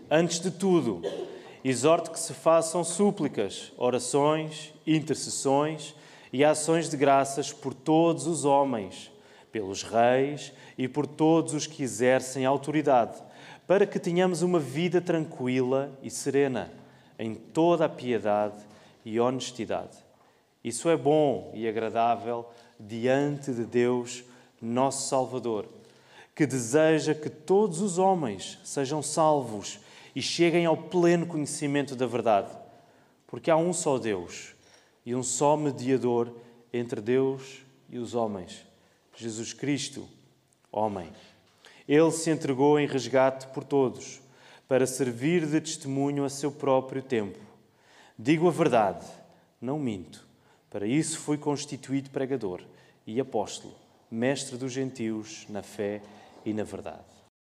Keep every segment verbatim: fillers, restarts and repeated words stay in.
Antes de tudo, exorto que se façam súplicas, orações, intercessões e ações de graças por todos os homens, pelos reis e por todos os que exercem autoridade, para que tenhamos uma vida tranquila e serena, em toda a piedade e honestidade. Isso é bom e agradável diante de Deus, nosso Salvador, que deseja que todos os homens sejam salvos e cheguem ao pleno conhecimento da verdade, porque há um só Deus e um só mediador entre Deus e os homens, Jesus Cristo, homem. Ele se entregou em resgate por todos, para servir de testemunho a seu próprio tempo. Digo a verdade, não minto. Para isso fui constituído pregador e apóstolo, mestre dos gentios na fé e na verdade.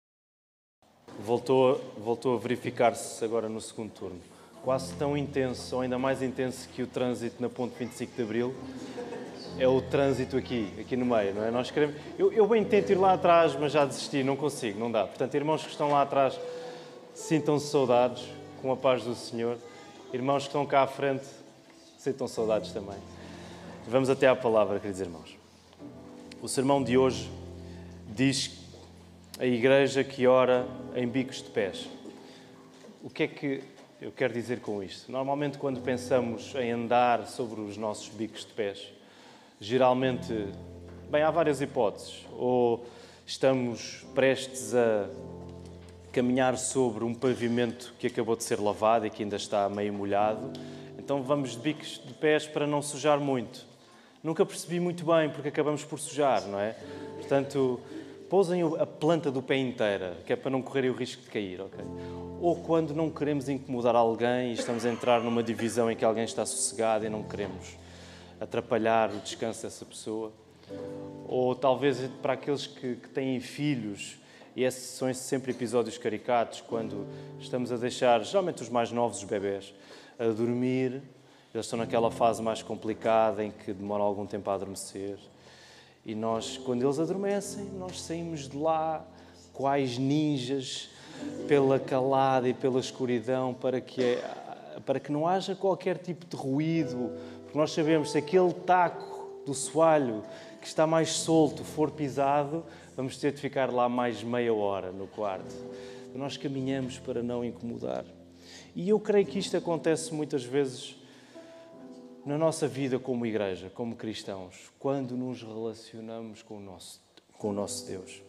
Voltou, voltou a verificar-se agora no segundo turno. Quase tão intenso, ou ainda mais intenso que o trânsito na Ponte vinte e cinco de Abril, é o trânsito aqui, aqui no meio, não é? Nós queremos... Eu, eu bem tento ir lá atrás, mas já desisti, não consigo, não dá. Portanto, irmãos que estão lá atrás, sintam-se saudados, com a paz do Senhor. Irmãos que estão cá à frente, sintam saudades também. Vamos até à palavra, queridos irmãos. O sermão de hoje diz a igreja que ora em bicos de pés. O que é que eu quero dizer com isto? Normalmente, quando pensamos em andar sobre os nossos bicos de pés, geralmente, bem, há várias hipóteses. Ou estamos prestes a caminhar sobre um pavimento que acabou de ser lavado e que ainda está meio molhado, então vamos de bicos de pés para não sujar muito. Nunca percebi muito bem porque acabamos por sujar, não é? Portanto, pousem a planta do pé inteira, que é para não correrem o risco de cair, ok? Ou quando não queremos incomodar alguém e estamos a entrar numa divisão em que alguém está sossegado e não queremos atrapalhar o descanso dessa pessoa. Ou talvez para aqueles que, que têm filhos, e esses são sempre episódios caricatos, quando estamos a deixar, geralmente os mais novos, os bebés, a dormir, eles estão naquela fase mais complicada em que demoram algum tempo a adormecer. E nós, quando eles adormecem, nós saímos de lá quais ninjas pela calada e pela escuridão para que, para que não haja qualquer tipo de ruído. Porque nós sabemos que se aquele taco do soalho que está mais solto for pisado, vamos ter de ficar lá mais meia hora no quarto. Nós caminhamos para não incomodar. E eu creio que isto acontece muitas vezes na nossa vida como igreja, como cristãos, quando nos relacionamos com o nosso, com o nosso Deus.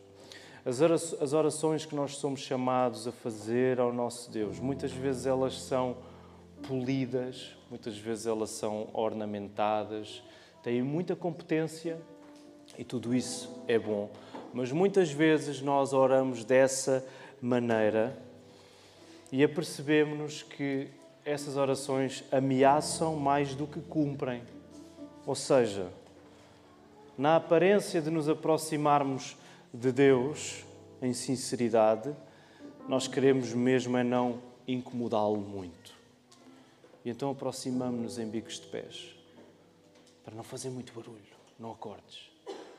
As orações que nós somos chamados a fazer ao nosso Deus, muitas vezes elas são polidas, muitas vezes elas são ornamentadas, têm muita competência e tudo isso é bom. Mas muitas vezes nós oramos dessa maneira e apercebemos-nos que essas orações ameaçam mais do que cumprem. Ou seja, na aparência de nos aproximarmos de Deus em sinceridade, nós queremos mesmo é não incomodá-lo muito. E então aproximamos-nos em bicos de pés, para não fazer muito barulho, não acordes.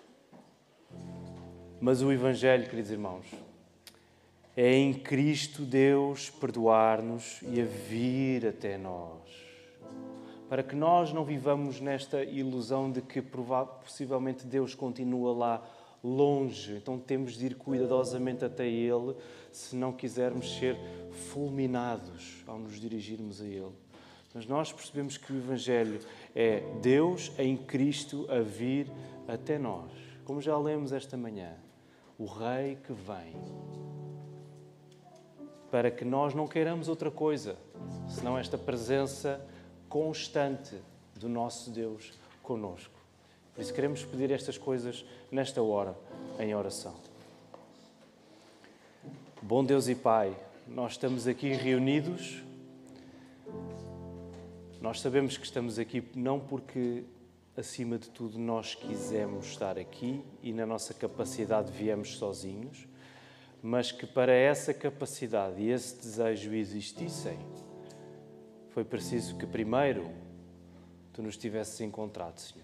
Mas o Evangelho, queridos irmãos, é em Cristo Deus perdoar-nos e a vir até nós. Para que nós não vivamos nesta ilusão de que possivelmente Deus continua lá longe. Então temos de ir cuidadosamente até Ele se não quisermos ser fulminados ao nos dirigirmos a Ele. Mas nós percebemos que o Evangelho é Deus em Cristo a vir até nós. Como já lemos esta manhã, o Rei que vem. Para que nós não queiramos outra coisa, senão esta presença constante do nosso Deus conosco. Por isso queremos pedir estas coisas nesta hora, em oração. Bom Deus e Pai, nós estamos aqui reunidos. Nós sabemos que estamos aqui não porque, acima de tudo, nós quisemos estar aqui e na nossa capacidade viemos sozinhos, mas que para essa capacidade e esse desejo existissem, foi preciso que primeiro Tu nos tivesses encontrado, Senhor.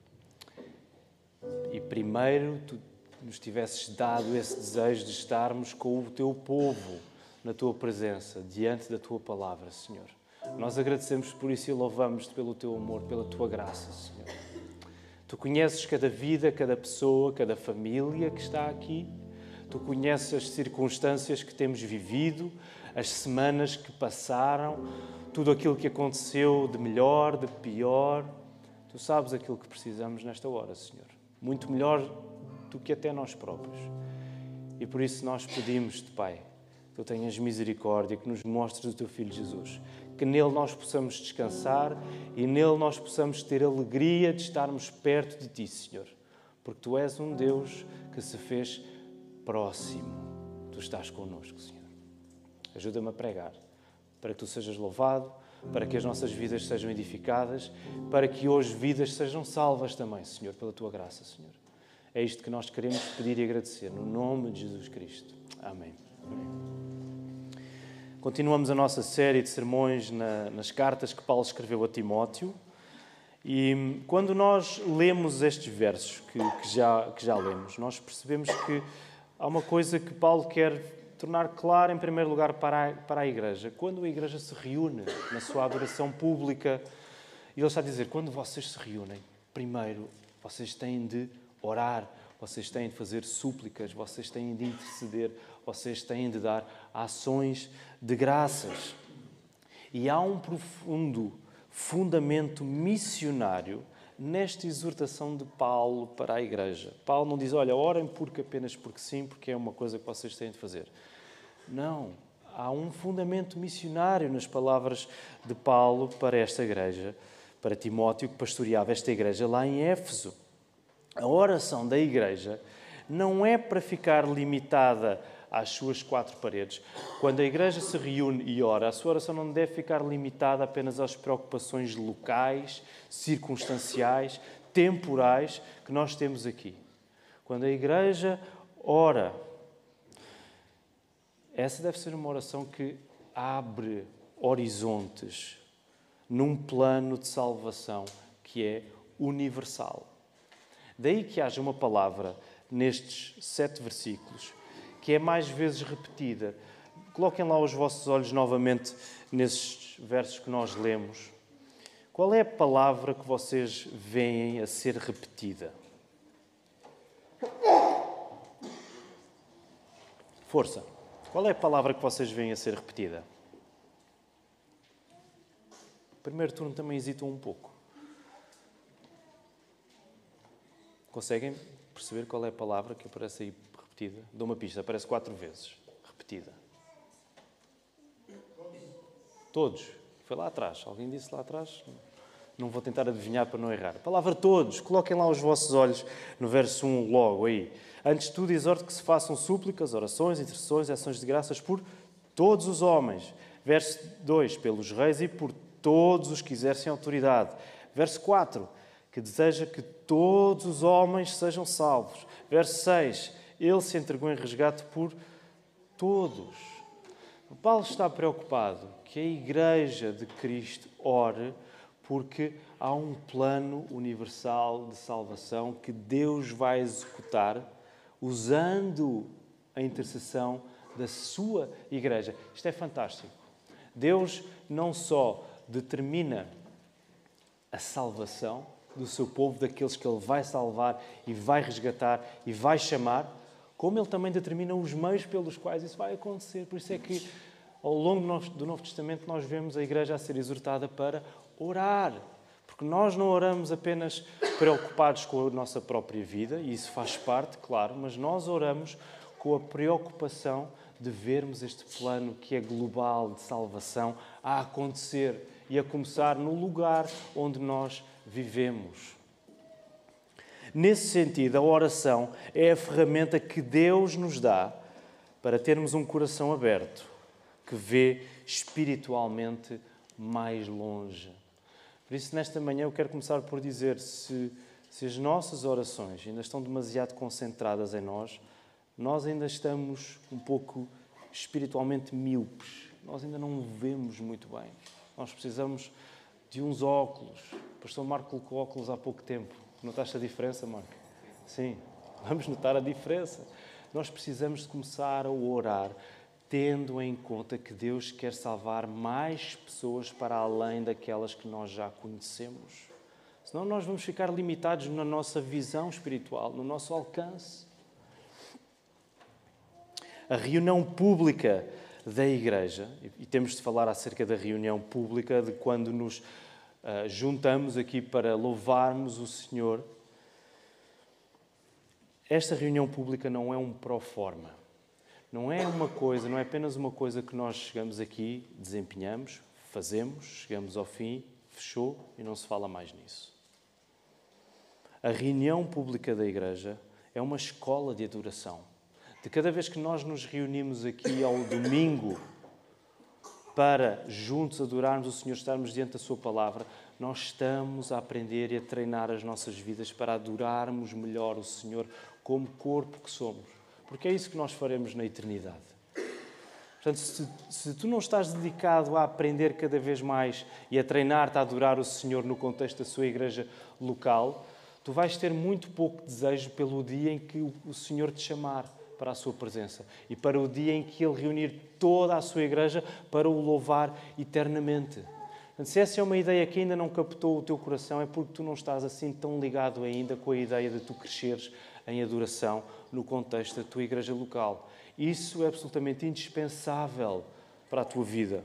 E primeiro Tu nos tivesses dado esse desejo de estarmos com o Teu povo na Tua presença, diante da Tua palavra, Senhor. Nós agradecemos por isso e louvamos-te pelo Teu amor, pela Tua graça, Senhor. Tu conheces cada vida, cada pessoa, cada família que está aqui. Tu conheces as circunstâncias que temos vivido, as semanas que passaram, tudo aquilo que aconteceu de melhor, de pior. Tu sabes aquilo que precisamos nesta hora, Senhor. Muito melhor do que até nós próprios. E por isso nós pedimos-te, Pai, que Tu tenhas misericórdia, que nos mostres o Teu Filho Jesus, que nele nós possamos descansar e nele nós possamos ter alegria de estarmos perto de Ti, Senhor. Porque Tu és um Deus que se fez próximo. Tu estás connosco, Senhor. Ajuda-me a pregar, para que Tu sejas louvado, para que as nossas vidas sejam edificadas, para que hoje vidas sejam salvas também, Senhor, pela Tua graça, Senhor. É isto que nós queremos pedir e agradecer, no nome de Jesus Cristo. Amém. Amém. Continuamos a nossa série de sermões na, nas cartas que Paulo escreveu a Timóteo. E quando nós lemos estes versos que, que, já, que já lemos, nós percebemos que há uma coisa que Paulo quer tornar clara, em primeiro lugar, para a, para a Igreja. Quando a Igreja se reúne na sua adoração pública, e ele está a dizer, quando vocês se reúnem, primeiro, vocês têm de orar, vocês têm de fazer súplicas, vocês têm de interceder, vocês têm de dar ações de graças. E há um profundo fundamento missionário nesta exortação de Paulo para a Igreja. Paulo não diz, olha, orem porque apenas porque sim, porque é uma coisa que vocês têm de fazer. Não. Há um fundamento missionário nas palavras de Paulo para esta Igreja, para Timóteo, que pastoreava esta Igreja lá em Éfeso. A oração da Igreja não é para ficar limitada às suas quatro paredes. Quando a Igreja se reúne e ora, a sua oração não deve ficar limitada apenas às preocupações locais, circunstanciais, temporais que nós temos aqui. Quando a Igreja ora, essa deve ser uma oração que abre horizontes num plano de salvação que é universal. Daí que haja uma palavra nestes sete versículos que é mais vezes repetida. Coloquem lá os vossos olhos novamente nesses versos que nós lemos. Qual é a palavra que vocês veem a ser repetida? Força. Qual é a palavra que vocês veem a ser repetida? O primeiro turno também hesitam um pouco. Conseguem perceber qual é a palavra que aparece aí repetida? Dou uma pista, aparece quatro vezes. Repetida. Todos. Foi lá atrás. Alguém disse lá atrás? Não vou tentar adivinhar para não errar. A palavra todos. Coloquem lá os vossos olhos no verso um logo aí. Antes de tudo, exorto que se façam súplicas, orações, intercessões, ações de graças por todos os homens. Verso dois. Pelos reis e por todos os que exercem autoridade. Verso quatro. Que deseja que todos os homens sejam salvos. Verso seis. Ele se entregou em resgate por todos. Paulo está preocupado que a Igreja de Cristo ore porque há um plano universal de salvação que Deus vai executar usando a intercessão da sua Igreja. Isto é fantástico. Deus não só determina a salvação do seu povo, daqueles que Ele vai salvar e vai resgatar e vai chamar, como Ele também determina os meios pelos quais isso vai acontecer. Por isso é que, ao longo do Novo Testamento, nós vemos a Igreja a ser exortada para orar. Porque nós não oramos apenas preocupados com a nossa própria vida, e isso faz parte, claro, mas nós oramos com a preocupação de vermos este plano que é global de salvação a acontecer e a começar no lugar onde nós vivemos. Nesse sentido, a oração é a ferramenta que Deus nos dá para termos um coração aberto, que vê espiritualmente mais longe. Por isso, nesta manhã, eu quero começar por dizer, se, se as nossas orações ainda estão demasiado concentradas em nós, nós ainda estamos um pouco espiritualmente míopes. Nós ainda não vemos muito bem. Nós precisamos de uns óculos. O pastor Marco colocou óculos há pouco tempo. Notaste a diferença, Marco? Sim, vamos notar a diferença. Nós precisamos de começar a orar tendo em conta que Deus quer salvar mais pessoas para além daquelas que nós já conhecemos. Senão nós vamos ficar limitados na nossa visão espiritual, no nosso alcance. A reunião pública da Igreja, e temos de falar acerca da reunião pública, de quando nos uh, juntamos aqui para louvarmos o Senhor. Esta reunião pública não é um pró-forma. Não é uma coisa, não é apenas uma coisa que nós chegamos aqui, desempenhamos, fazemos, chegamos ao fim, fechou e não se fala mais nisso. A reunião pública da Igreja é uma escola de adoração. De cada vez que nós nos reunimos aqui ao domingo para juntos adorarmos o Senhor, estarmos diante da Sua Palavra, nós estamos a aprender e a treinar as nossas vidas para adorarmos melhor o Senhor como corpo que somos. Porque é isso que nós faremos na eternidade. Portanto, se, se tu não estás dedicado a aprender cada vez mais e a treinar-te a adorar o Senhor no contexto da sua igreja local, tu vais ter muito pouco desejo pelo dia em que o Senhor te chamar para a sua presença e para o dia em que Ele reunir toda a sua igreja para o louvar eternamente. Portanto, se essa é uma ideia que ainda não captou o teu coração, é porque tu não estás assim tão ligado ainda com a ideia de tu cresceres em adoração no contexto da tua igreja local. Isso é absolutamente indispensável para a tua vida.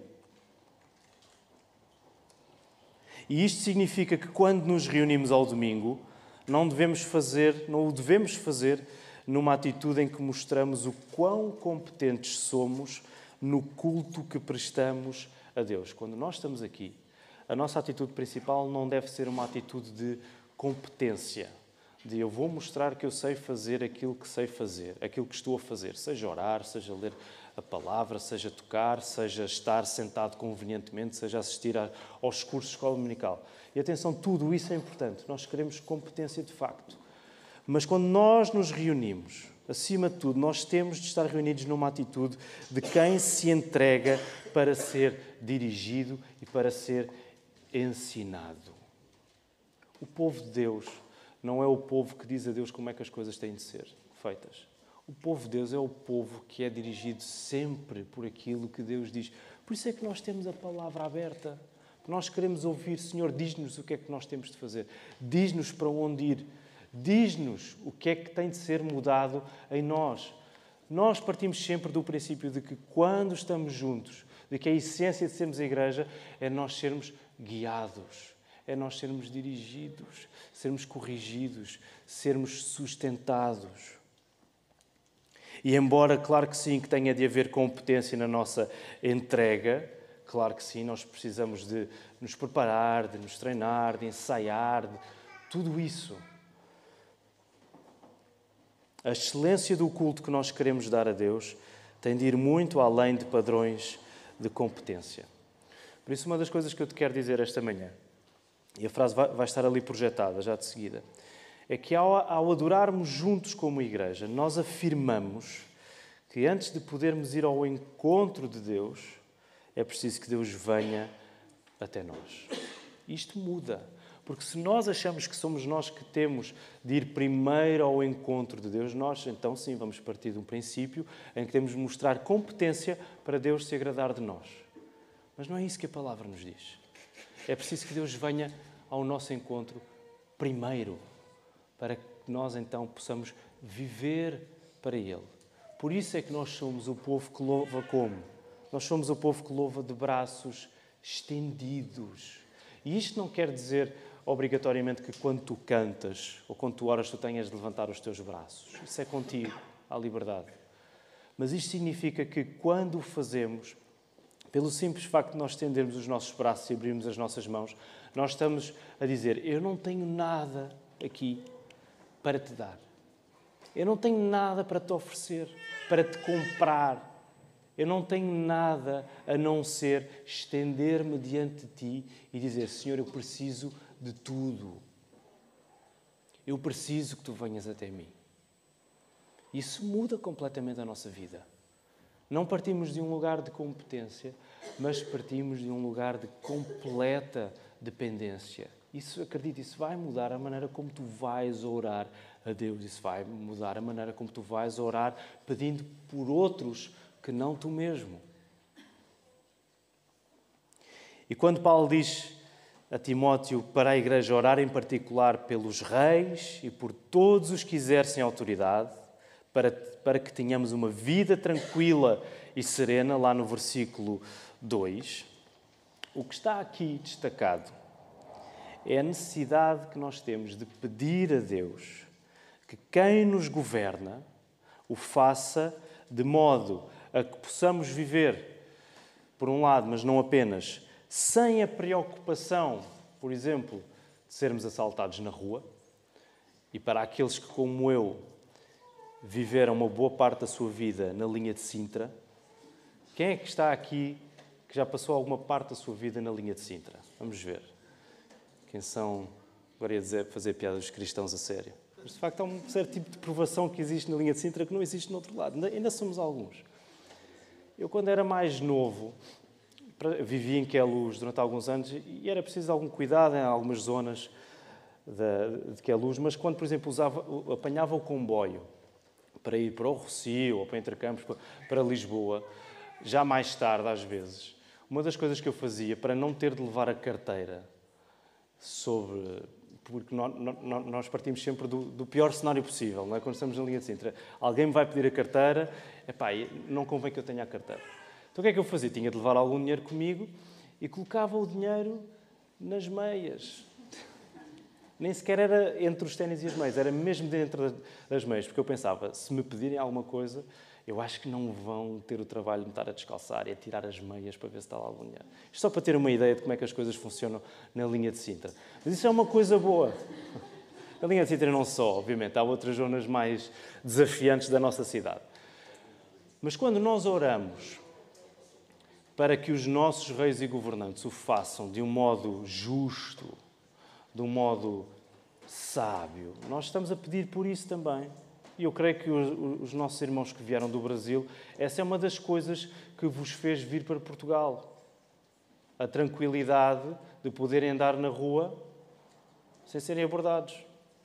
E isto significa que quando nos reunimos ao domingo, não devemos fazer, não o devemos fazer numa atitude em que mostramos o quão competentes somos no culto que prestamos a Deus. Quando nós estamos aqui, a nossa atitude principal não deve ser uma atitude de competência, de eu vou mostrar que eu sei fazer aquilo que sei fazer, aquilo que estou a fazer, seja orar, seja ler a palavra, seja tocar, seja estar sentado convenientemente, seja assistir aos cursos de escola dominical. E atenção, tudo isso é importante. Nós queremos competência de facto. Mas quando nós nos reunimos, acima de tudo, nós temos de estar reunidos numa atitude de quem se entrega para ser dirigido e para ser ensinado. O povo de Deus não é o povo que diz a Deus como é que as coisas têm de ser feitas. O povo de Deus é o povo que é dirigido sempre por aquilo que Deus diz. Por isso é que nós temos a palavra aberta. Nós queremos ouvir, Senhor, diz-nos o que é que nós temos de fazer. Diz-nos para onde ir. Diz-nos o que é que tem de ser mudado em nós. Nós partimos sempre do princípio de que quando estamos juntos, de que a essência de sermos a igreja é nós sermos guiados, é nós sermos dirigidos, sermos corrigidos, sermos sustentados. E embora, claro que sim, que tenha de haver competência na nossa entrega, claro que sim, nós precisamos de nos preparar, de nos treinar, de ensaiar, de tudo isso. A excelência do culto que nós queremos dar a Deus tem de ir muito além de padrões de competência. Por isso, uma das coisas que eu te quero dizer esta manhã, e a frase vai, vai estar ali projetada já de seguida, é que ao, ao adorarmos juntos como igreja, nós afirmamos que antes de podermos ir ao encontro de Deus, é preciso que Deus venha até nós. Isto muda. Porque se nós achamos que somos nós que temos de ir primeiro ao encontro de Deus, nós então sim vamos partir de um princípio em que temos de mostrar competência para Deus se agradar de nós. Mas não é isso que a palavra nos diz. É preciso que Deus venha ao nosso encontro primeiro, para que nós então possamos viver para Ele. Por isso é que nós somos o povo que louva como? Nós somos o povo que louva de braços estendidos. E isto não quer dizer obrigatoriamente que quando tu cantas ou quando tu oras tu tenhas de levantar os teus braços. Isso é contigo, à liberdade. Mas isto significa que quando o fazemos, pelo simples facto de nós estendermos os nossos braços e abrirmos as nossas mãos, nós estamos a dizer, eu não tenho nada aqui para te dar. Eu não tenho nada para te oferecer, para te comprar. Eu não tenho nada a não ser estender-me diante de ti e dizer, Senhor, eu preciso de tudo. Eu preciso que tu venhas até mim. Isso muda completamente a nossa vida. Não partimos de um lugar de competência, mas partimos de um lugar de completa dependência. Isso, acredito, isso vai mudar a maneira como tu vais orar a Deus. Isso vai mudar a maneira como tu vais orar pedindo por outros que não tu mesmo. E quando Paulo diz a Timóteo para a igreja orar em particular pelos reis e por todos os que exercem autoridade, para, para que tenhamos uma vida tranquila e serena, lá no versículo dois, o que está aqui destacado é a necessidade que nós temos de pedir a Deus que quem nos governa o faça de modo a que possamos viver, por um lado, mas não apenas, sem a preocupação, por exemplo, de sermos assaltados na rua, e para aqueles que, como eu, viveram uma boa parte da sua vida na linha de Sintra. Quem é que está aqui que já passou alguma parte da sua vida na linha de Sintra? Vamos ver. Quem são, agora ia dizer, fazer piadas dos cristãos a sério. Mas, de facto, há um certo tipo de provação que existe na linha de Sintra que não existe no outro lado. Ainda, ainda somos alguns. Eu, quando era mais novo, vivi em Queluz durante alguns anos e era preciso algum cuidado em algumas zonas de, de Queluz, mas quando, por exemplo, usava, apanhava o comboio para ir para o Rossio ou para Intercampos, para Lisboa, já mais tarde, às vezes, uma das coisas que eu fazia para não ter de levar a carteira sobre... Porque nós, nós partimos sempre do, do pior cenário possível, não é? Quando estamos na linha de Sintra. Alguém me vai pedir a carteira, epá, não convém que eu tenha a carteira. Então o que é que eu fazia? Tinha de levar algum dinheiro comigo e colocava o dinheiro nas meias. Nem sequer era entre os ténis e as meias, era mesmo dentro das meias, porque eu pensava, se me pedirem alguma coisa, eu acho que não vão ter o trabalho de me estar a descalçar e a tirar as meias para ver se está lá algum dinheiro. Isto só para ter uma ideia de como é que as coisas funcionam na linha de Sintra. Mas isso é uma coisa boa. Na linha de Sintra não só, obviamente, há outras zonas mais desafiantes da nossa cidade. Mas quando nós oramos para que os nossos reis e governantes o façam de um modo justo, de um modo sábio, nós estamos a pedir por isso também. E eu creio que os, os nossos irmãos que vieram do Brasil, essa é uma das coisas que vos fez vir para Portugal. A tranquilidade de poderem andar na rua sem serem abordados.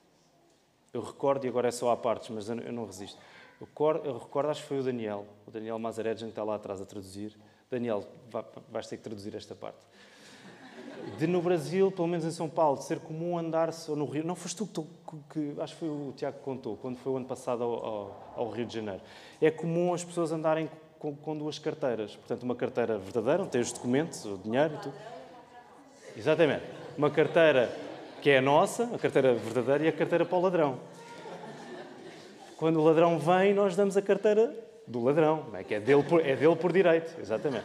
Eu recordo, e agora é só à parte, mas eu não resisto. Eu recordo, eu recordo, acho que foi o Daniel, o Daniel Mazaredes, que está lá atrás a traduzir. Daniel, vais ter que traduzir esta parte. De no Brasil, pelo menos em São Paulo, de ser comum andar-se, ou no Rio... Não foste tu que, que... Acho que foi o Tiago que contou, quando foi o ano passado ao, ao, ao Rio de Janeiro. É comum as pessoas andarem com, com duas carteiras. Portanto, uma carteira verdadeira, onde tem os documentos, o dinheiro e tudo. Exatamente. Uma carteira que é a nossa, a carteira verdadeira, e a carteira para o ladrão. Quando o ladrão vem, nós damos a carteira do ladrão, não é? Que é dele por, é dele por direito. Exatamente.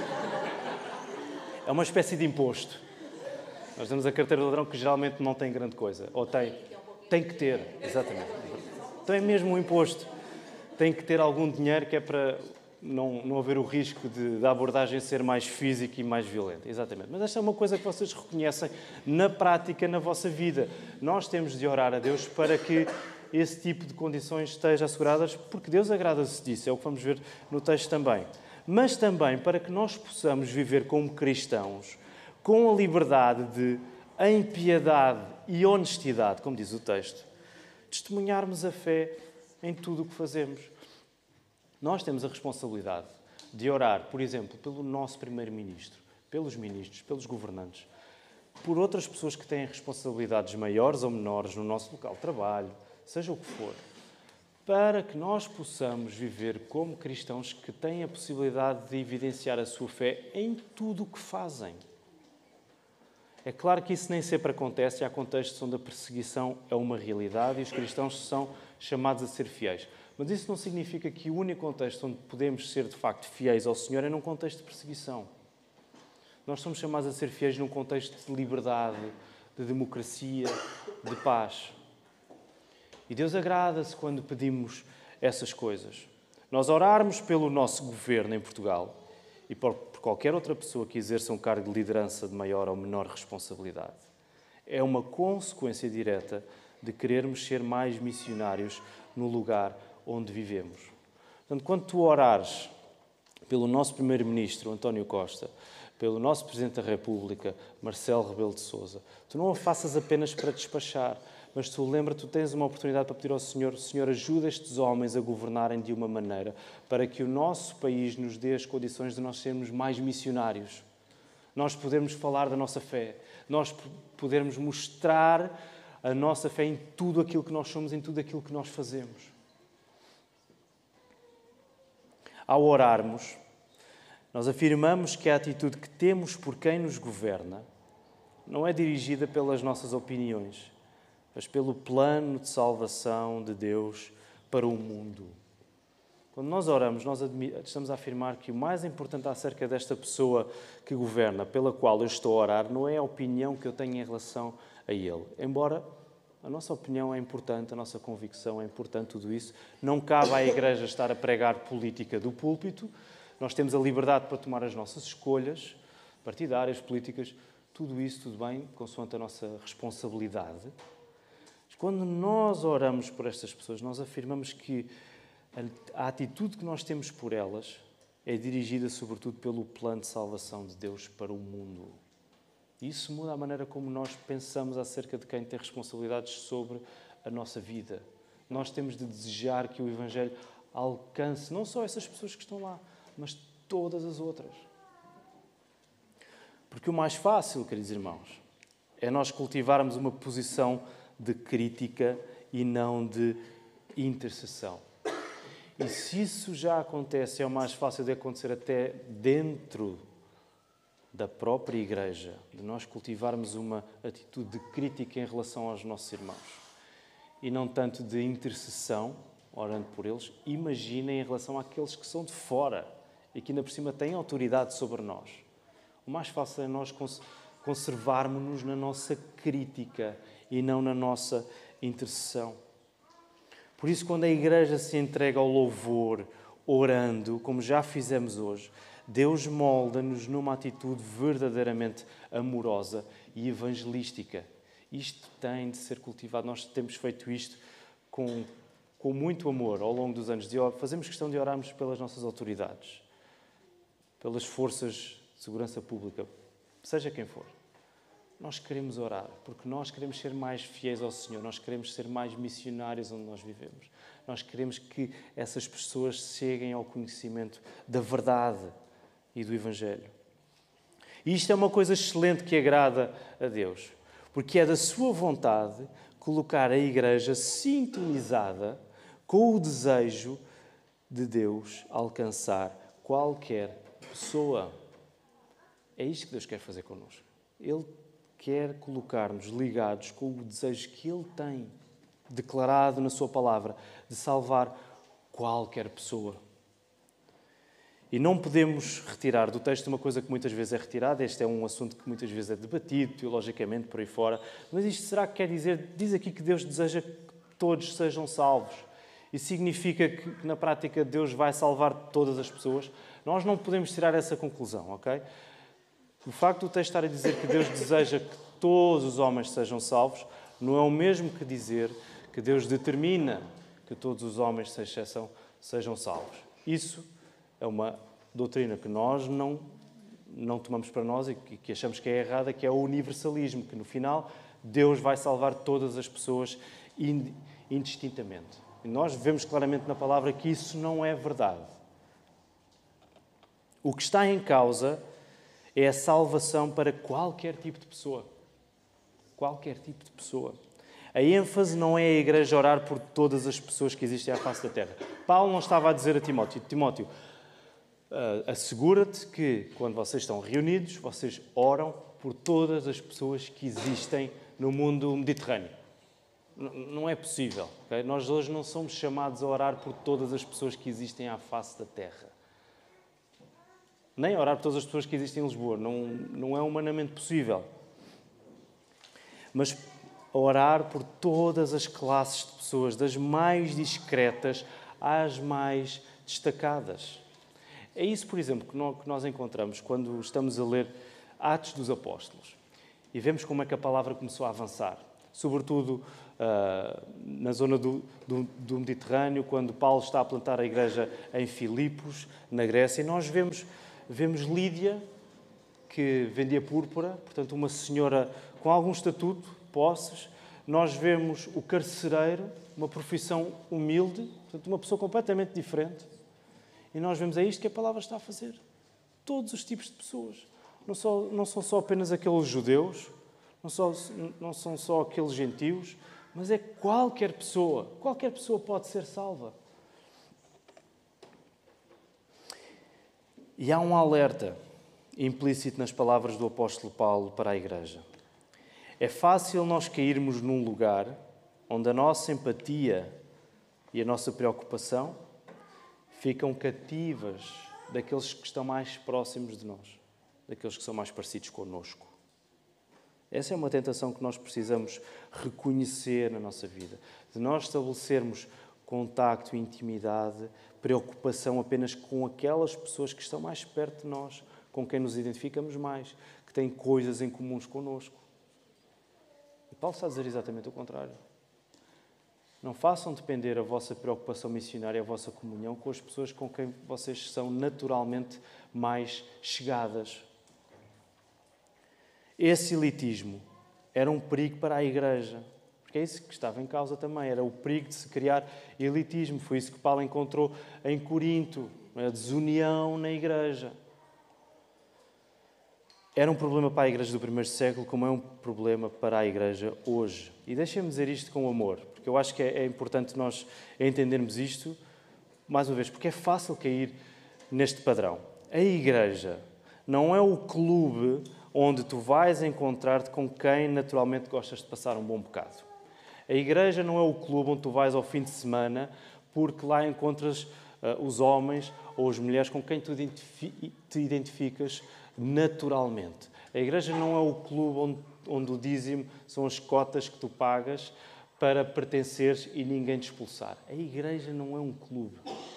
É uma espécie de imposto. Nós damos a carteira do ladrão que geralmente não tem grande coisa. Ou tem. Tem que ter, exatamente. Então é mesmo um imposto. Tem que ter algum dinheiro que é para não, não haver o risco de, da abordagem ser mais física e mais violenta. Exatamente. Mas esta é uma coisa que vocês reconhecem na prática, na vossa vida. Nós temos de orar a Deus para que esse tipo de condições estejam asseguradas, porque Deus agrada-se disso. É o que vamos ver no texto também. Mas também para que nós possamos viver como cristãos com a liberdade de, em piedade e honestidade, como diz o texto, testemunharmos a fé em tudo o que fazemos. Nós temos a responsabilidade de orar, por exemplo, pelo nosso primeiro-ministro, pelos ministros, pelos governantes, por outras pessoas que têm responsabilidades maiores ou menores no nosso local de trabalho, seja o que for, para que nós possamos viver como cristãos que têm a possibilidade de evidenciar a sua fé em tudo o que fazem. É claro que isso nem sempre acontece, e há contextos onde a perseguição é uma realidade e os cristãos são chamados a ser fiéis. Mas isso não significa que o único contexto onde podemos ser, de facto, fiéis ao Senhor é num contexto de perseguição. Nós somos chamados a ser fiéis num contexto de liberdade, de democracia, de paz. E Deus agrada-se quando pedimos essas coisas. Nós orarmos pelo nosso governo em Portugal e por qualquer outra pessoa que exerça um cargo de liderança de maior ou menor responsabilidade é uma consequência direta de querermos ser mais missionários no lugar onde vivemos. Portanto, quando tu orares pelo nosso primeiro-ministro, António Costa, pelo nosso Presidente da República, Marcelo Rebelo de Sousa, tu não o faças apenas para despachar, mas tu lembra, tu tens uma oportunidade para pedir ao Senhor, Senhor, ajuda estes homens a governarem de uma maneira para que o nosso país nos dê as condições de nós sermos mais missionários. Nós podermos falar da nossa fé, nós podermos mostrar a nossa fé em tudo aquilo que nós somos, em tudo aquilo que nós fazemos. Ao orarmos, nós afirmamos que a atitude que temos por quem nos governa não é dirigida pelas nossas opiniões, mas pelo plano de salvação de Deus para o mundo. Quando nós oramos, nós estamos a afirmar que o mais importante acerca desta pessoa que governa, pela qual eu estou a orar, não é a opinião que eu tenho em relação a ele. Embora a nossa opinião é importante, a nossa convicção é importante, tudo isso, não cabe à Igreja estar a pregar política do púlpito. Nós temos a liberdade para tomar as nossas escolhas partidárias, políticas, tudo isso, tudo bem, consoante a nossa responsabilidade. Mas quando nós oramos por estas pessoas, nós afirmamos que a atitude que nós temos por elas é dirigida sobretudo pelo plano de salvação de Deus para o mundo. Isso muda a maneira como nós pensamos acerca de quem tem responsabilidades sobre a nossa vida. Nós temos de desejar que o Evangelho alcance não só essas pessoas que estão lá, mas todas as outras. Porque o mais fácil, queridos irmãos, é nós cultivarmos uma posição de crítica e não de intercessão. E se isso já acontece, é o mais fácil de acontecer até dentro da própria Igreja, de nós cultivarmos uma atitude de crítica em relação aos nossos irmãos e não tanto de intercessão, orando por eles. Imaginem em relação àqueles que são de fora e que ainda por cima têm autoridade sobre nós. O mais fácil é nós conservarmos-nos na nossa crítica e não na nossa intercessão. Por isso, quando a Igreja se entrega ao louvor, orando, como já fizemos hoje, Deus molda-nos numa atitude verdadeiramente amorosa e evangelística. Isto tem de ser cultivado. Nós temos feito isto com, com muito amor ao longo dos anos. De, fazemos questão de orarmos pelas nossas autoridades, pelas forças de segurança pública, seja quem for. Nós queremos orar, porque nós queremos ser mais fiéis ao Senhor, nós queremos ser mais missionários onde nós vivemos. Nós queremos que essas pessoas cheguem ao conhecimento da verdade e do Evangelho. E isto é uma coisa excelente que agrada a Deus, porque é da sua vontade colocar a Igreja sintonizada com o desejo de Deus alcançar qualquer pessoa. É isto que Deus quer fazer connosco. Ele quer colocar-nos ligados com o desejo que Ele tem, declarado na Sua palavra, de salvar qualquer pessoa. E não podemos retirar do texto uma coisa que muitas vezes é retirada. Este é um assunto que muitas vezes é debatido teologicamente por aí fora. Mas isto será que quer dizer, diz aqui que Deus deseja que todos sejam salvos. Isso significa que na prática Deus vai salvar todas as pessoas? Nós não podemos tirar essa conclusão, ok? O facto do texto estar a dizer que Deus deseja que todos os homens sejam salvos não é o mesmo que dizer que Deus determina que todos os homens, sem exceção, sejam salvos. Isso é uma doutrina que nós não, não tomamos para nós e que, que achamos que é errada, que é o universalismo, que no final Deus vai salvar todas as pessoas indistintamente. E nós vemos claramente na palavra que isso não é verdade. O que está em causa é a salvação para qualquer tipo de pessoa. Qualquer tipo de pessoa. A ênfase não é a Igreja orar por todas as pessoas que existem à face da terra. Paulo não estava a dizer a Timóteo, Timóteo, uh, assegura-te que, quando vocês estão reunidos, vocês oram por todas as pessoas que existem no mundo mediterrâneo. N- não é possível. Okay? Nós hoje não somos chamados a orar por todas as pessoas que existem à face da terra. Nem orar por todas as pessoas que existem em Lisboa. Não, não é humanamente possível. Mas orar por todas as classes de pessoas, das mais discretas às mais destacadas. É isso, por exemplo, que nós encontramos quando estamos a ler Atos dos Apóstolos. E vemos como é que a palavra começou a avançar. Sobretudo uh, na zona do, do, do Mediterrâneo, quando Paulo está a plantar a igreja em Filipos, na Grécia. E nós vemos... Vemos Lídia, que vendia púrpura, portanto uma senhora com algum estatuto, posses, nós vemos o carcereiro, uma profissão humilde, portanto, uma pessoa completamente diferente, e nós vemos, é isto que a palavra está a fazer. Todos os tipos de pessoas. Não, só, não são só apenas aqueles judeus, não, só, não são só aqueles gentios, mas é qualquer pessoa. Qualquer pessoa pode ser salva. E há um alerta implícito nas palavras do apóstolo Paulo para a igreja. É fácil nós cairmos num lugar onde a nossa empatia e a nossa preocupação ficam cativas daqueles que estão mais próximos de nós, daqueles que são mais parecidos connosco. Essa é uma tentação que nós precisamos reconhecer na nossa vida, de nós estabelecermos contacto, intimidade, preocupação apenas com aquelas pessoas que estão mais perto de nós, com quem nos identificamos mais, que têm coisas em comuns connosco. E Paulo está a dizer exatamente o contrário. Não façam depender a vossa preocupação missionária, a vossa comunhão com as pessoas com quem vocês são naturalmente mais chegadas. Esse elitismo era um perigo para a igreja, porque é isso que estava em causa também, era o perigo de se criar elitismo. Foi isso que Paulo encontrou em Corinto, a desunião na igreja. Era um problema para a igreja do primeiro século, como é um problema para a igreja hoje. E deixem-me dizer isto com amor, porque eu acho que é importante nós entendermos isto, mais uma vez, porque é fácil cair neste padrão. A igreja não é o clube onde tu vais encontrar-te com quem naturalmente gostas de passar um bom bocado. A igreja não é o clube onde tu vais ao fim de semana porque lá encontras uh, os homens ou as mulheres com quem tu identifi- te identificas naturalmente. A igreja não é o clube onde, onde o dízimo são as cotas que tu pagas para pertenceres e ninguém te expulsar. A igreja não é um clube.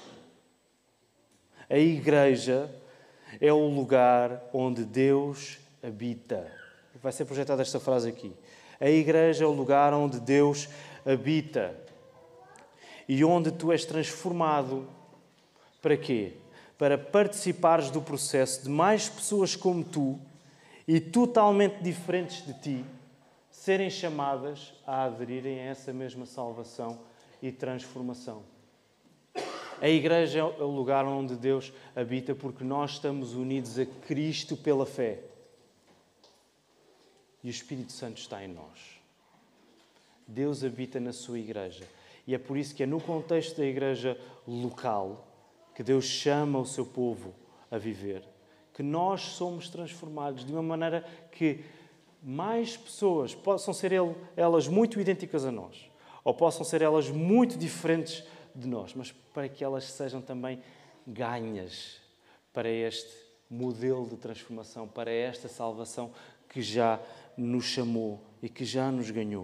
A igreja é o lugar onde Deus habita. Vai ser projetada esta frase aqui. A igreja é o lugar onde Deus habita e onde tu és transformado. Para quê? Para participares do processo de mais pessoas como tu e totalmente diferentes de ti serem chamadas a aderirem a essa mesma salvação e transformação. A igreja é o lugar onde Deus habita porque nós estamos unidos a Cristo pela fé. E o Espírito Santo está em nós. Deus habita na sua igreja. E é por isso que é no contexto da igreja local que Deus chama o seu povo a viver. Que nós somos transformados de uma maneira que mais pessoas possam ser elas muito idênticas a nós. Ou possam ser elas muito diferentes de nós. Mas para que elas sejam também ganhas para este modelo de transformação, para esta salvação que já nos chamou e que já nos ganhou.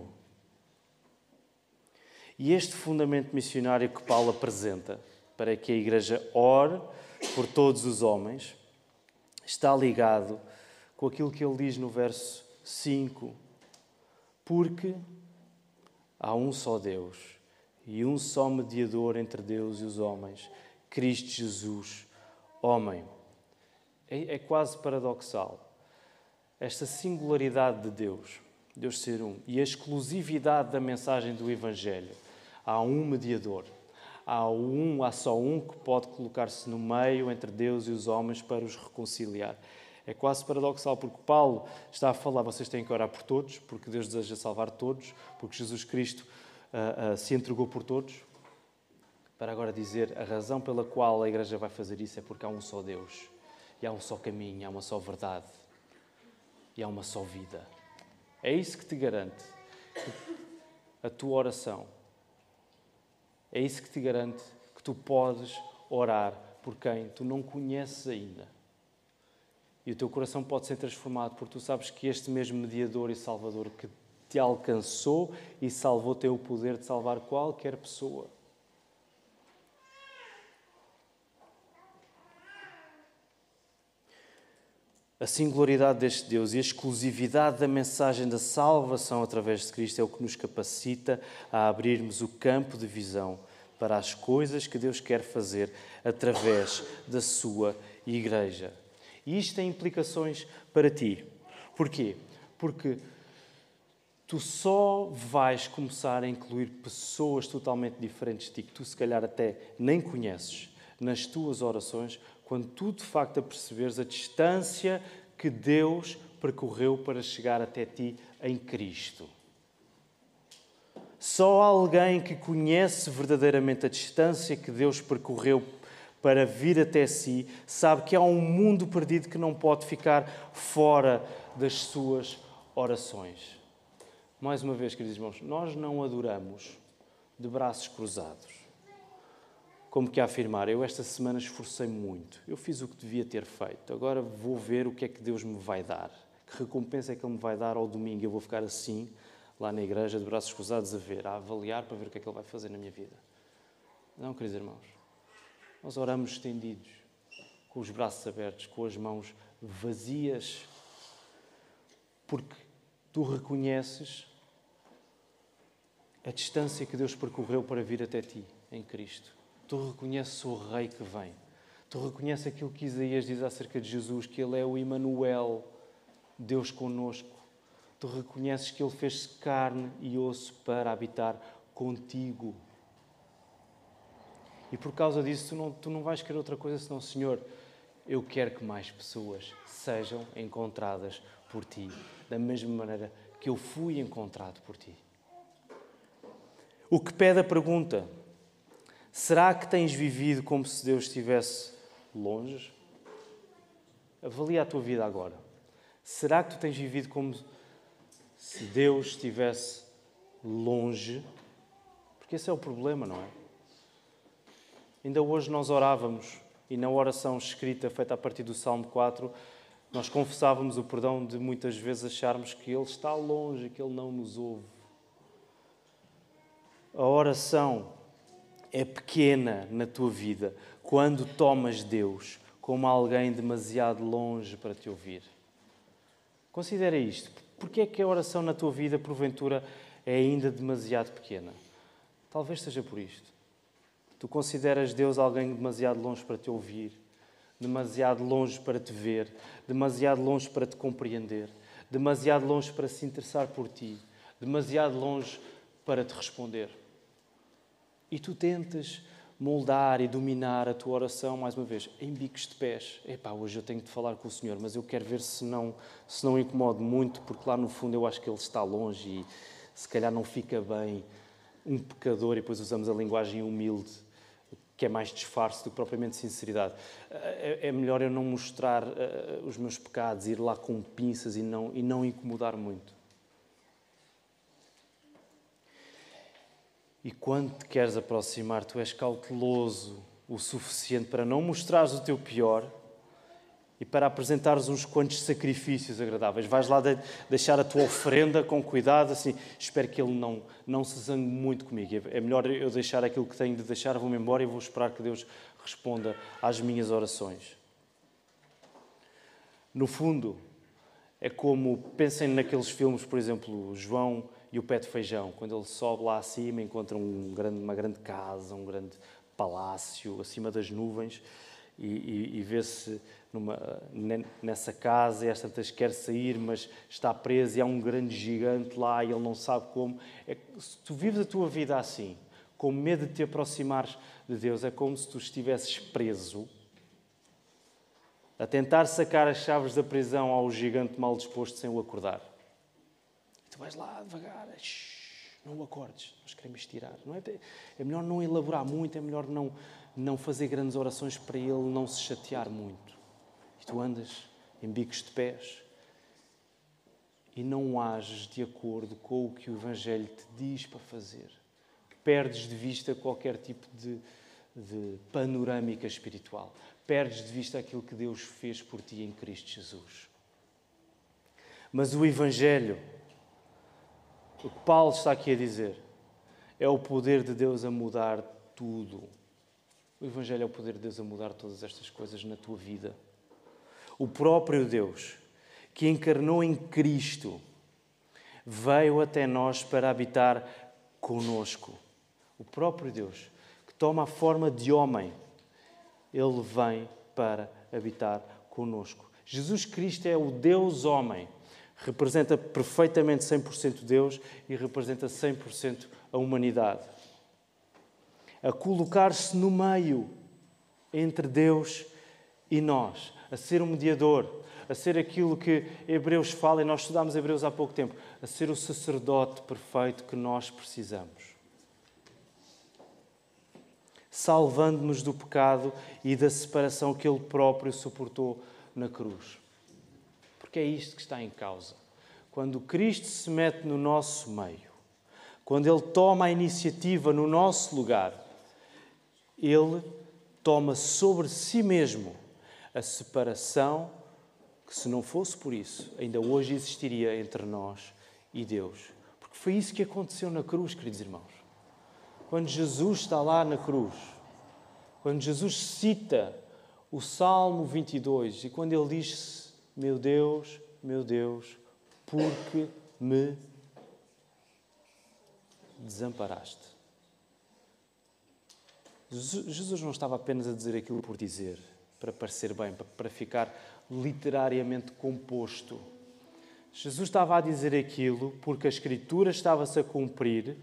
E este fundamento missionário que Paulo apresenta para que a igreja ore por todos os homens está ligado com aquilo que ele diz no verso cinco. Porque há um só Deus e um só mediador entre Deus e os homens, Cristo Jesus, homem. É, é quase paradoxal. Esta singularidade de Deus, Deus ser um, e a exclusividade da mensagem do Evangelho. Há um mediador. Há, um, há só um que pode colocar-se no meio entre Deus e os homens para os reconciliar. É quase paradoxal, porque Paulo está a falar, vocês têm que orar por todos, porque Deus deseja salvar todos, porque Jesus Cristo uh, uh, se entregou por todos. Para agora dizer, a razão pela qual a igreja vai fazer isso é porque há um só Deus. E há um só caminho, há uma só verdade. E há uma só vida. É isso que te garante a tua oração. É isso que te garante que tu podes orar por quem tu não conheces ainda. E o teu coração pode ser transformado porque tu sabes que este mesmo mediador e salvador que te alcançou e salvou tem o poder de salvar qualquer pessoa. A singularidade deste Deus e a exclusividade da mensagem da salvação através de Cristo é o que nos capacita a abrirmos o campo de visão para as coisas que Deus quer fazer através da sua igreja. E isto tem implicações para ti. Porquê? Porque tu só vais começar a incluir pessoas totalmente diferentes de ti, que tu se calhar até nem conheces, nas tuas orações, quando tu de facto aperceberes a distância que Deus percorreu para chegar até ti em Cristo. Só alguém que conhece verdadeiramente a distância que Deus percorreu para vir até si sabe que há um mundo perdido que não pode ficar fora das suas orações. Mais uma vez, queridos irmãos, nós não adoramos de braços cruzados. Como que a afirmar, eu esta semana esforcei muito, eu fiz o que devia ter feito, agora vou ver o que é que Deus me vai dar. Que recompensa é que Ele me vai dar ao domingo? Eu vou ficar assim, lá na igreja, de braços cruzados, a ver, a avaliar para ver o que é que Ele vai fazer na minha vida. Não, queridos irmãos, nós oramos estendidos, com os braços abertos, com as mãos vazias, porque tu reconheces a distância que Deus percorreu para vir até ti, em Cristo. Tu reconheces o Rei que vem. Tu reconheces aquilo que Isaías diz acerca de Jesus, que Ele é o Emanuel, Deus conosco. Tu reconheces que Ele fez-se carne e osso para habitar contigo. E por causa disso, tu não, tu não vais querer outra coisa senão, Senhor, eu quero que mais pessoas sejam encontradas por Ti, da mesma maneira que eu fui encontrado por Ti. O que pede a pergunta: será que tens vivido como se Deus estivesse longe? Avalia a tua vida agora. Será que tu tens vivido como se Deus estivesse longe? Porque esse é o problema, não é? Ainda hoje nós orávamos e na oração escrita feita a partir do Salmo quatro, nós confessávamos o perdão de muitas vezes acharmos que Ele está longe, que Ele não nos ouve. A oração é pequena na tua vida quando tomas Deus como alguém demasiado longe para te ouvir. Considera isto. Porquê é que a oração na tua vida, porventura, é ainda demasiado pequena? Talvez seja por isto. Tu consideras Deus alguém demasiado longe para te ouvir, demasiado longe para te ver, demasiado longe para te compreender, demasiado longe para se interessar por ti, demasiado longe para te responder. E tu tentas moldar e dominar a tua oração, mais uma vez, em bicos de pés. Epá, hoje eu tenho de falar com o Senhor, mas eu quero ver se não, se não incomodo muito, porque lá no fundo eu acho que Ele está longe e se calhar não fica bem um pecador, e depois usamos a linguagem humilde, que é mais disfarce do que propriamente sinceridade. É melhor eu não mostrar os meus pecados, ir lá com pinças e não, e não incomodar muito. E quando te queres aproximar, tu és cauteloso o suficiente para não mostrares o teu pior e para apresentares uns quantos sacrifícios agradáveis. Vais lá de, deixar a tua oferenda com cuidado, assim, espero que Ele não, não se zangue muito comigo. É melhor eu deixar aquilo que tenho de deixar, vou-me embora e vou esperar que Deus responda às minhas orações. No fundo, é como, pensem naqueles filmes, por exemplo, João e o Pé de Feijão, quando ele sobe lá acima, encontra um grande, uma grande casa, um grande palácio acima das nuvens e, e, e vê-se numa, nessa casa e às tantas quer sair, mas está preso e há um grande gigante lá e ele não sabe como. É, se tu vives a tua vida assim, com medo de te aproximares de Deus, é como se tu estivesses preso a tentar sacar as chaves da prisão ao gigante mal disposto sem o acordar. Tu vais lá devagar, shh, não o acordes, nós queremos tirar. Não é? É melhor não elaborar muito, é melhor não, não fazer grandes orações para ele não se chatear muito. E tu andas em bicos de pés e não ages de acordo com o que o Evangelho te diz para fazer. Perdes de vista qualquer tipo de, de panorâmica espiritual. Perdes de vista aquilo que Deus fez por ti em Cristo Jesus. Mas o Evangelho, o que Paulo está aqui a dizer, é o poder de Deus a mudar tudo. O Evangelho é o poder de Deus a mudar todas estas coisas na tua vida. O próprio Deus, que encarnou em Cristo, veio até nós para habitar conosco. O próprio Deus, que toma a forma de homem, Ele vem para habitar conosco. Jesus Cristo é o Deus homem, Representa perfeitamente cem por cento Deus e representa cem por cento a humanidade. A colocar-se no meio entre Deus e nós, a ser um mediador, a ser aquilo que Hebreus fala, e nós estudámos Hebreus há pouco tempo, a ser o sacerdote perfeito que nós precisamos. Salvando-nos do pecado e da separação que Ele próprio suportou na cruz. Porque é isto que está em causa. Quando Cristo se mete no nosso meio, quando Ele toma a iniciativa no nosso lugar, Ele toma sobre si mesmo a separação que, se não fosse por isso, ainda hoje existiria entre nós e Deus. Porque foi isso que aconteceu na cruz, queridos irmãos. Quando Jesus está lá na cruz, quando Jesus cita o Salmo vinte e dois, e quando Ele diz: meu Deus, meu Deus, por que me desamparaste? Jesus não estava apenas a dizer aquilo por dizer, para parecer bem, para ficar literariamente composto. Jesus estava a dizer aquilo porque a Escritura estava-se a cumprir,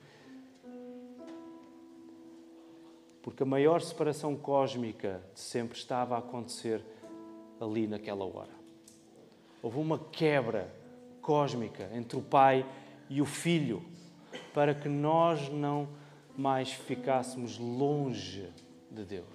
porque a maior separação cósmica de sempre estava a acontecer ali naquela hora. Houve uma quebra cósmica entre o Pai e o Filho, para que nós não mais ficássemos longe de Deus.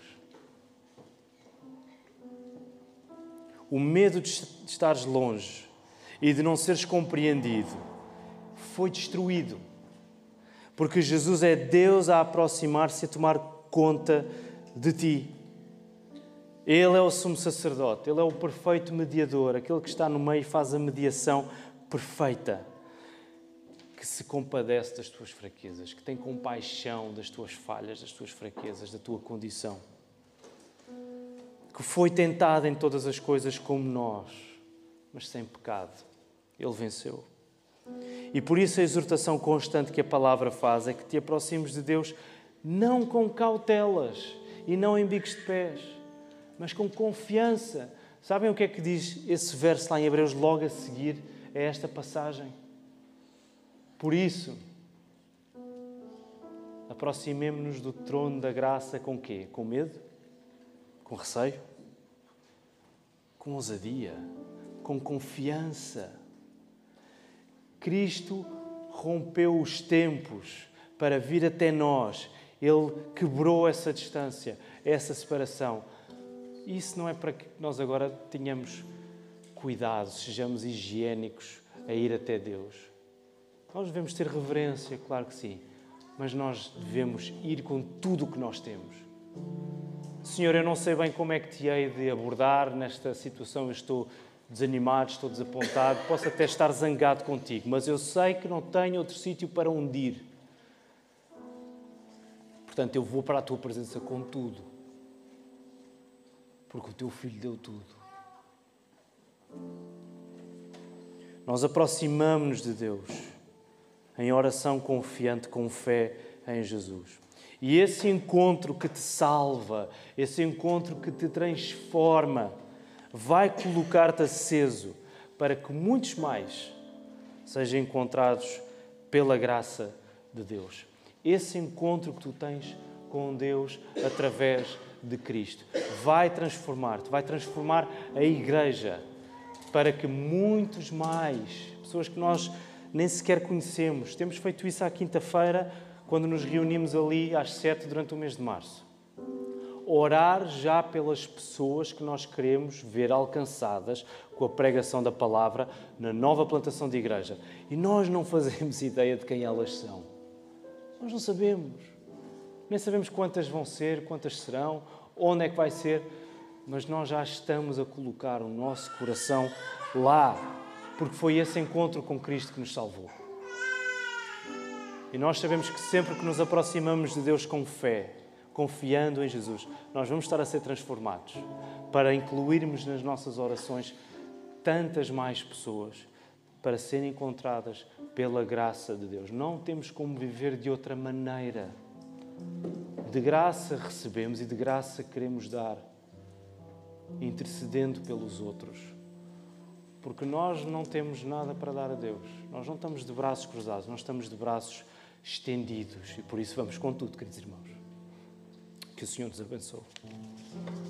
O medo de estares longe e de não seres compreendido foi destruído, porque Jesus é Deus a aproximar-se e a tomar conta de ti. Ele é o sumo sacerdote, Ele é o perfeito mediador, aquele que está no meio e faz a mediação perfeita, que se compadece das tuas fraquezas, que tem compaixão das tuas falhas, das tuas fraquezas, da tua condição, que foi tentado em todas as coisas como nós, mas sem pecado. Ele venceu. E por isso a exortação constante que a palavra faz é que te aproximes de Deus não com cautelas e não em bicos de pés, mas com confiança. Sabem o que é que diz esse verso lá em Hebreus logo a seguir a esta passagem? Por isso, aproximemo-nos do trono da graça com quê? Com medo? Com receio? Com ousadia? Com confiança? Cristo rompeu os tempos para vir até nós. Ele quebrou essa distância, essa separação. Isso não é para que nós agora tenhamos cuidado, sejamos higiênicos a ir até Deus. Nós devemos ter reverência, claro que sim, mas nós devemos ir com tudo o que nós temos. Senhor, eu não sei bem como é que te hei de abordar nesta situação, eu estou desanimado, estou desapontado, posso até estar zangado contigo, mas eu sei que não tenho outro sítio para onde ir. Portanto, eu vou para a tua presença com tudo, porque o teu Filho deu tudo. Nós aproximamo-nos de Deus em oração confiante, com fé em Jesus. E esse encontro que te salva, esse encontro que te transforma, vai colocar-te aceso para que muitos mais sejam encontrados pela graça de Deus. Esse encontro que tu tens com Deus através de Cristo vai transformar-te, vai transformar a Igreja para que muitos mais, pessoas que nós nem sequer conhecemos, temos feito isso à quinta-feira, quando nos reunimos ali às sete durante o mês de março. Orar já pelas pessoas que nós queremos ver alcançadas com a pregação da palavra na nova plantação de igreja. E nós não fazemos ideia de quem elas são. Nós não sabemos. Nem sabemos quantas vão ser, quantas serão, onde é que vai ser, mas nós já estamos a colocar o nosso coração lá, porque foi esse encontro com Cristo que nos salvou. E nós sabemos que sempre que nos aproximamos de Deus com fé, confiando em Jesus, nós vamos estar a ser transformados para incluirmos nas nossas orações tantas mais pessoas para serem encontradas pela graça de Deus. Não temos como viver de outra maneira. De graça recebemos e de graça queremos dar, intercedendo pelos outros. Porque nós não temos nada para dar a Deus. Nós não estamos de braços cruzados, nós estamos de braços estendidos. E por isso vamos com tudo, queridos irmãos. Que o Senhor nos abençoe.